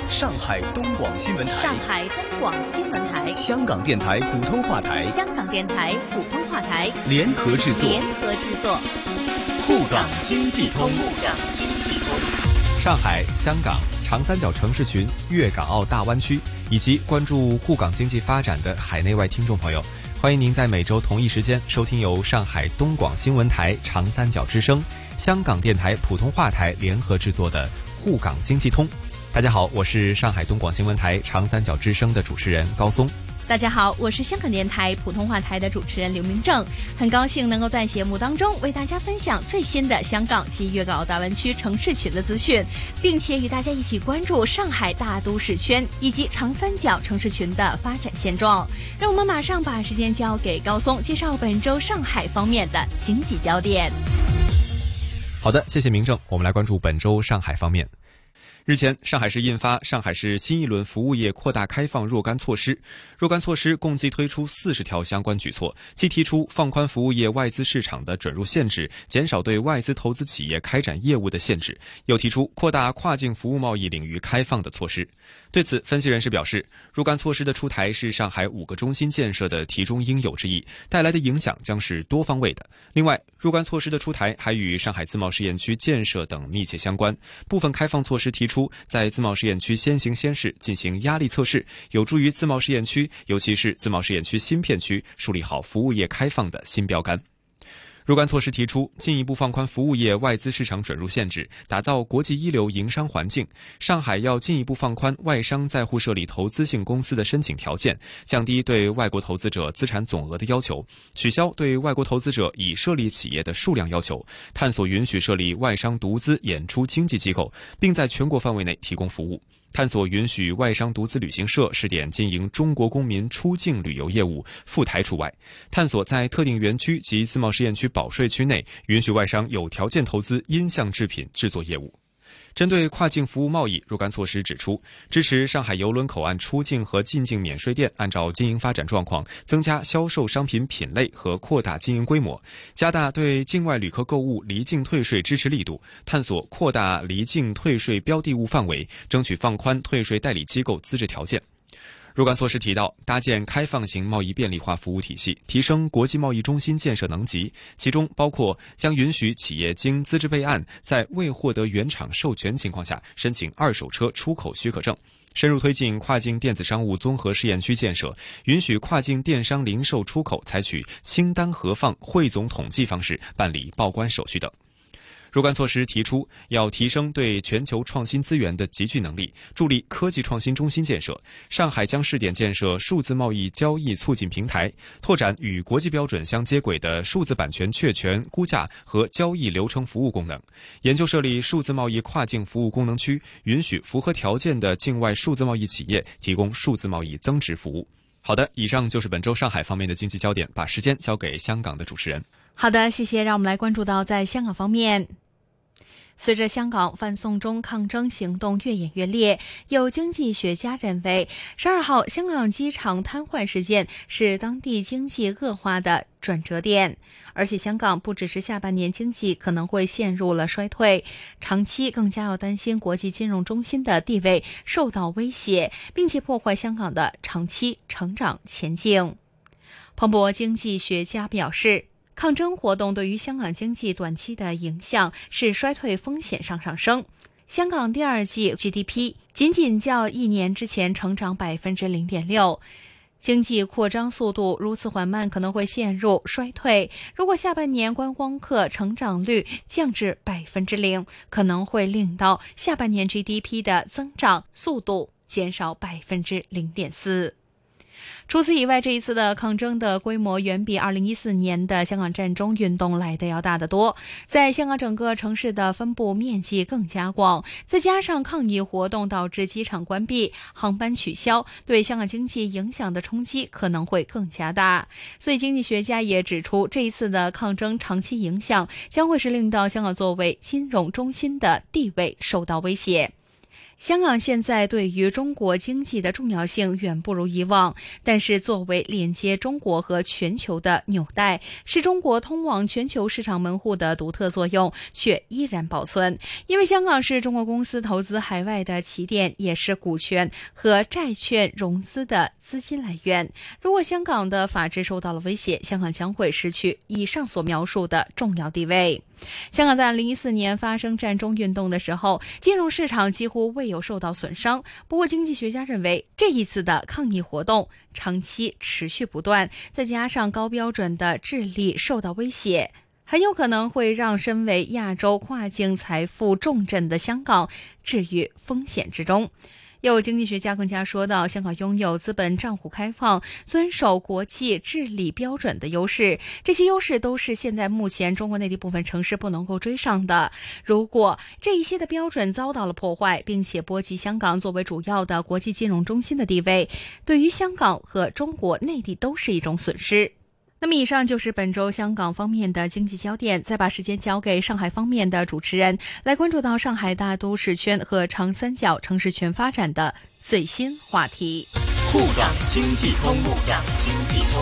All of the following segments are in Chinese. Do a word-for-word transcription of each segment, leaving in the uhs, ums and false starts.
上海东广新闻台、 上海东广新闻台、 香港电台普通话台、 香港电台普通话台联合制作， 联合制作。 沪港经济通， 沪港经济通。 上海、香港、长三角城市群、粤港澳大湾区以及关注沪港经济发展的海内外听众朋友，欢迎您在每周同一时间收听由上海东广新闻台、长三角之声、香港电台普通话台联合制作的沪港经济通。大家好，我是上海东广新闻台、长三角之声的主持人高松。 大家好，我是香港电台普通话台的主持人刘明正，很高兴能够在节目当中为大家分享最新的香港及粤港澳大湾区城市群的资讯，并且与大家一起关注上海大都市圈以及长三角城市群的发展现状。让我们马上把时间交给高松，介绍本周上海方面的经济焦点。 好的，谢谢明正。我们来关注本周上海方面。日前，上海市印发《上海市新一轮服务业扩大开放若干措施》，若干措施共计推出四十条相关举措，既提出放宽服务业外资市场的准入限制，减少对外资投资企业开展业务的限制，又提出扩大跨境服务贸易领域开放的措施。对此，分析人士表示，若干措施的出台是上海五个中心建设的题中应有之义，带来的影响将是多方位的。另外，若干措施的出台还与上海自贸试验区建设等密切相关，部分开放措施提出在自贸试验区先行先试，进行压力测试，有助于自贸试验区，尤其是自贸试验区新片区树立好服务业开放的新标杆。若干措施提出进一步放宽服务业外资市场准入限制，打造国际一流营商环境。上海要进一步放宽外商在沪设立投资性公司的申请条件，降低对外国投资者资产总额的要求，取消对外国投资者已设立企业的数量要求，探索允许设立外商独资演出经纪机构，并在全国范围内提供服务。探索允许外商独资旅行社试点经营中国公民出境旅游业务，赴台除外；探索在特定园区及自贸试验区保税区内允许外商有条件投资音像制品制作业务。针对跨境服务贸易，若干措施指出，支持上海邮轮口岸出境和进境免税店按照经营发展状况增加销售商品品类和扩大经营规模，加大对境外旅客购物离境退税支持力度，探索扩大离境退税标的物范围，争取放宽退税代理机构资质条件。若干措施提到，搭建开放型贸易便利化服务体系，提升国际贸易中心建设能级，其中包括将允许企业经资质备案，在未获得原厂授权情况下申请二手车出口许可证，深入推进跨境电子商务综合试验区建设，允许跨境电商零售出口采取清单核放、汇总统计方式办理报关手续等。若干措施提出，要提升对全球创新资源的集聚能力，助力科技创新中心建设。上海将试点建设数字贸易交易促进平台，拓展与国际标准相接轨的数字版权确权、估价和交易流程服务功能。研究设立数字贸易跨境服务功能区，允许符合条件的境外数字贸易企业提供数字贸易增值服务。好的，以上就是本周上海方面的经济焦点，把时间交给香港的主持人。 好的，谢谢。让我们来关注到在香港方面。随着香港反送中抗争行动越演越烈，有经济学家认为，十二号香港机场瘫痪事件是当地经济恶化的转折点，而且香港不只是下半年经济可能会陷入了衰退，长期更加要担心国际金融中心的地位受到威胁，并且破坏香港的长期成长前景。彭博经济学家表示，抗争活动对于香港经济短期的影响是衰退风险上上升。香港第二季 G D P 仅仅较一年之前成长 百分之零点六， 经济扩张速度如此缓慢，可能会陷入衰退。如果下半年观光客成长率降至 百分之零， 可能会令到下半年 G D P 的增长速度减少 百分之零点四。除此以外，这一次的抗争的规模远比二零一四年的香港占中运动来得要大得多。在香港整个城市的分布面积更加广，再加上抗议活动导致机场关闭、航班取消，对香港经济影响的冲击可能会更加大。所以经济学家也指出，这一次的抗争长期影响将会是令到香港作为金融中心的地位受到威胁。 香港现在对于中国经济的重要性远不如以往，但是作为连接中国和全球的纽带，是中国通往全球市场门户的独特作用却依然保存。因为香港是中国公司投资海外的起点，也是股权和债券融资的资金来源。如果香港的法治受到了威胁，香港将会失去以上所描述的重要地位。香港在二零一四年发生占中运动的时候，金融市场几乎未有受到损伤。不过经济学家认为，这一次的抗议活动长期持续不断，再加上高标准的治理受到威胁，很有可能会让身为亚洲跨境财富重镇的香港置于风险之中。有经济学家更加说到，香港拥有资本账户开放、遵守国际治理标准的优势，这些优势都是现在目前中国内地部分城市不能够追上的。如果这一些的标准遭到了破坏，并且波及香港作为主要的国际金融中心的地位，对于香港和中国内地都是一种损失。那么以上就是本周香港方面的经济焦点，再把时间交给上海方面的主持人，来关注到上海大都市圈和长三角城市圈发展的最新话题。 沪港经济通，沪港经济通。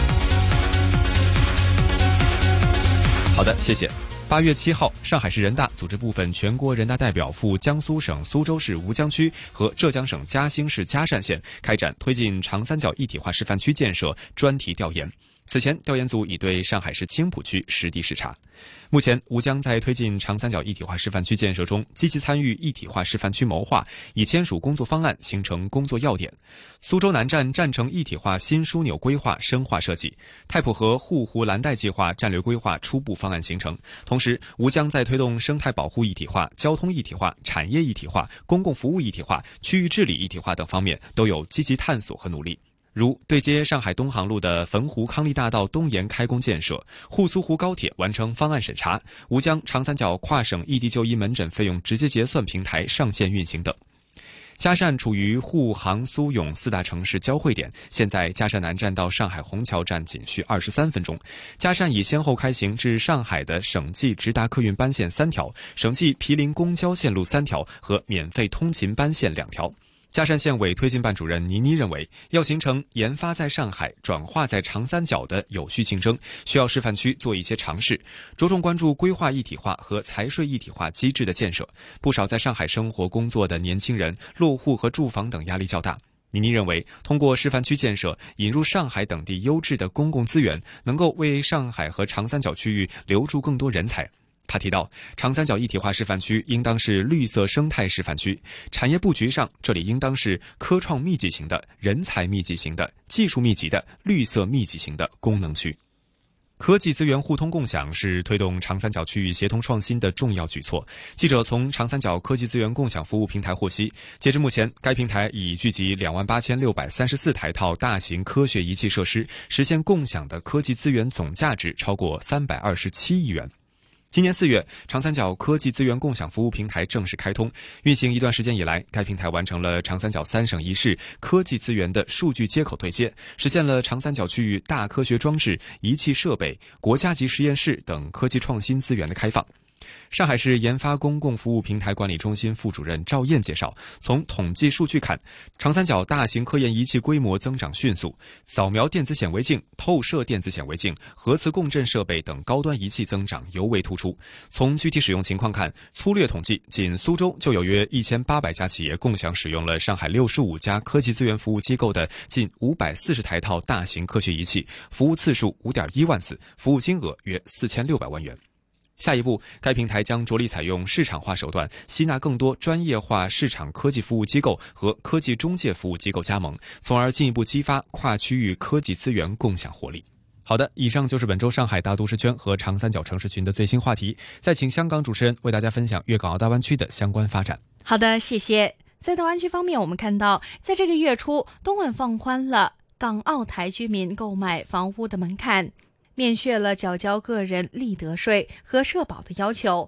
好的，谢谢。八月七号，上海市人大组织部分全国人大代表赴江苏省苏州市吴江区和浙江省嘉兴市嘉善县开展推进长三角一体化示范区建设专题调研。此前，调研组已对上海市青浦区实地视察。目前，吴江在推进长三角一体化示范区建设中，积极参与一体化示范区谋划，已签署工作方案，形成工作要点。苏州南站站城一体化新枢纽规划深化设计，太浦河沪湖蓝带计划战略规划初步方案形成。同时，吴江在推动生态保护一体化、交通一体化、产业一体化、公共服务一体化、区域治理一体化等方面都有积极探索和努力。如对接上海东航路的汾湖康利大道东延开工建设，沪苏湖高铁完成方案审查，吴江长三角跨省异地就医门诊费用直接结算平台上线运行等。嘉善处于沪杭苏永四大城市交汇点，现在嘉善南站到上海虹桥站仅需二十三分钟。嘉善已先后开行至上海的省际直达客运班线三条、省际毗邻公交线路三条和免费通勤班线两条。嘉善县委推进办主任倪妮认为，要形成研发在上海、转化在长三角的有序竞争，需要示范区做一些尝试，着重关注规划一体化和财税一体化机制的建设。不少在上海生活工作的年轻人，落户和住房等压力较大。倪妮认为，通过示范区建设，引入上海等地优质的公共资源，能够为上海和长三角区域留住更多人才。他提到，长三角一体化示范区应当是绿色生态示范区，产业布局上，这里应当是科创密集型的、人才密集型的、技术密集的、绿色密集型的功能区。科技资源互通共享是推动长三角区域协同创新的重要举措。记者从长三角科技资源共享服务平台获悉，截至目前，该平台已聚集两万八千六百三十四台套大型科学仪器设施，实现共享的科技资源总价值超过三百二十七亿元。今年四月，长三角科技资源共享服务平台正式开通，运行一段时间以来，该平台完成了长三角三省一市科技资源的数据接口对接，实现了长三角区域大科学装置、仪器设备、国家级实验室等科技创新资源的开放。上海市研发公共服务平台管理中心副主任赵燕介绍，从统计数据看，长三角大型科研仪器规模增长迅速，扫描电子显微镜、透射电子显微镜、核磁共振设备等高端仪器增长尤为突出。从具体使用情况看，粗略统计，仅苏州就有约一千八百家企业共享使用了上海六十五家科技资源服务机构的近五百四十台套大型科学仪器，服务次数 五点一万次，服务金额约四千六百万元。下一步，该平台将着力采用市场化手段，吸纳更多专业化市场科技服务机构和科技中介服务机构加盟，从而进一步激发跨区域科技资源共享活力。好的，以上就是本周上海大都市圈和长三角城市群的最新话题。再请香港主持人为大家分享粤港澳大湾区的相关发展。 好的，谢谢。在大湾区方面，我们看到，在这个月初，东莞放宽了港澳台居民购买房屋的门槛，免却了缴交个人利得税和社保的要求。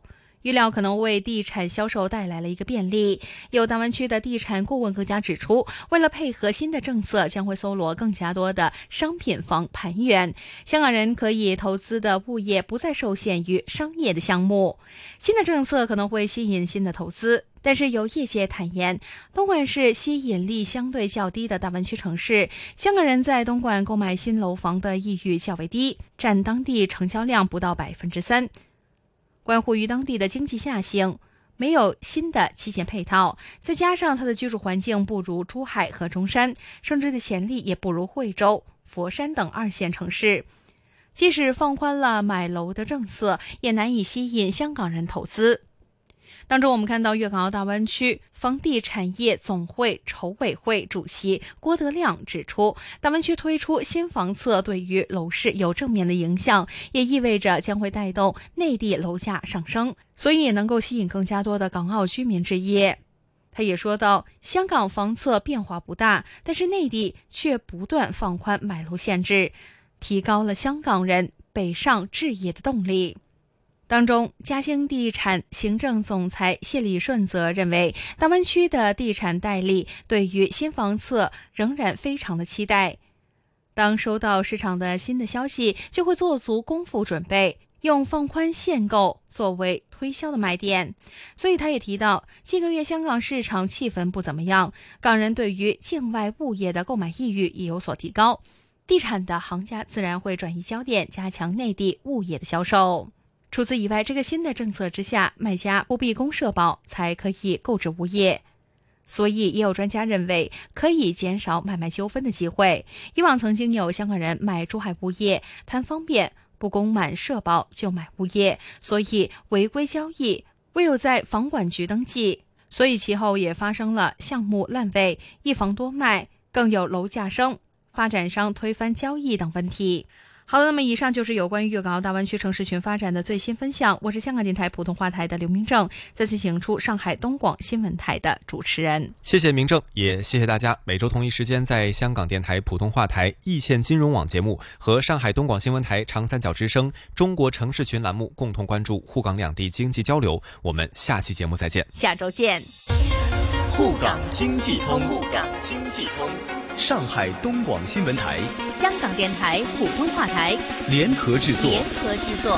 预料可能为地产销售带来了一个便利。有大湾区的地产顾问更加指出，为了配合新的政策，将会搜罗更加多的商品房盘源，香港人可以投资的物业不再受限于商业的项目。新的政策可能会吸引新的投资，但是有业界坦言，东莞是吸引力相对较低的大湾区城市，香港人在东莞购买新楼房的意欲较为低，占当地成交量不到百分之三。关乎于当地的经济下行，没有新的基建配套，再加上它的居住环境不如珠海和中山，升值的潜力也不如惠州、佛山等二线城市。即使放宽了买楼的政策，也难以吸引香港人投资。当中我们看到粤港澳大湾区房地产业总会筹委会主席郭德亮指出，大湾区推出新房策对于楼市有正面的影响，也意味着将会带动内地楼价上升，所以也能够吸引更加多的港澳居民置业。他也说到，香港房策变化不大，但是内地却不断放宽买楼限制，提高了香港人北上置业的动力。当中，嘉兴地产行政总裁谢礼顺则认为，大湾区的地产代理对于新房策仍然非常的期待。当收到市场的新的消息，就会做足功夫准备，用放宽限购作为推销的卖点。所以他也提到，近个月香港市场气氛不怎么样，港人对于境外物业的购买意欲也有所提高，地产的行家自然会转移焦点，加强内地物业的销售。除此以外，这个新的政策之下，卖家不必供社保才可以购置物业，所以也有专家认为可以减少买卖纠纷的机会。以往曾经有香港人买珠海物业贪方便，不供满社保就买物业，所以违规交易，未有在房管局登记，所以其后也发生了项目烂尾、一房多卖，更有楼价升、发展商推翻交易等问题。好的，那么以上就是有关于粤港澳大湾区城市群发展的最新分享。我是香港电台普通话台的刘明正，再次请出上海东广新闻台的主持人。 谢谢明正，也谢谢大家每周同一时间在香港电台普通话台易线金融网节目和上海东广新闻台长三角之声中国城市群栏目共同关注沪港两地经济交流。我们下期节目再见， 下周见。 沪港经济通，沪港经济通。上海东广新闻台、 香港电台普通话台联合制作。 联合制作。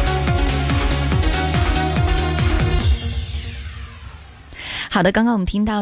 好的，刚刚我们听到